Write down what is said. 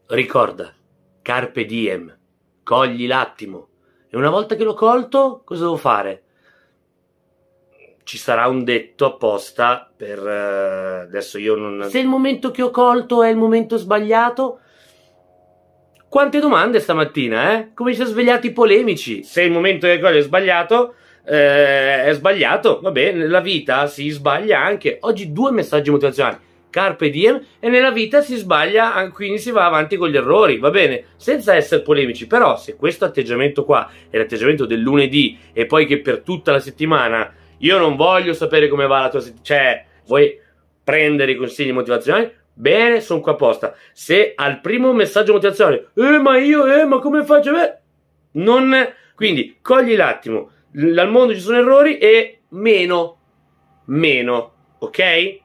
Ricorda, carpe diem, cogli l'attimo. E una volta che l'ho colto, cosa devo fare? Ci sarà un detto apposta per... adesso io non... Se il momento che ho colto è il momento sbagliato... Quante domande stamattina, eh? Come ci siamo svegliati polemici. Se il momento che cogli è sbagliato, va bene, nella vita si sbaglia anche. Oggi 2 messaggi motivazionali. Carpe diem, e nella vita si sbaglia, quindi si va avanti con gli errori, va bene, senza essere polemici. Però se questo atteggiamento qua è l'atteggiamento del lunedì e poi che per tutta la settimana io non voglio sapere come va la tua settimana, cioè vuoi prendere i consigli motivazionali, bene, sono qua apposta. Se al primo messaggio motivazionale ma come faccio? Non, quindi cogli l'attimo, al mondo ci sono errori e meno, ok?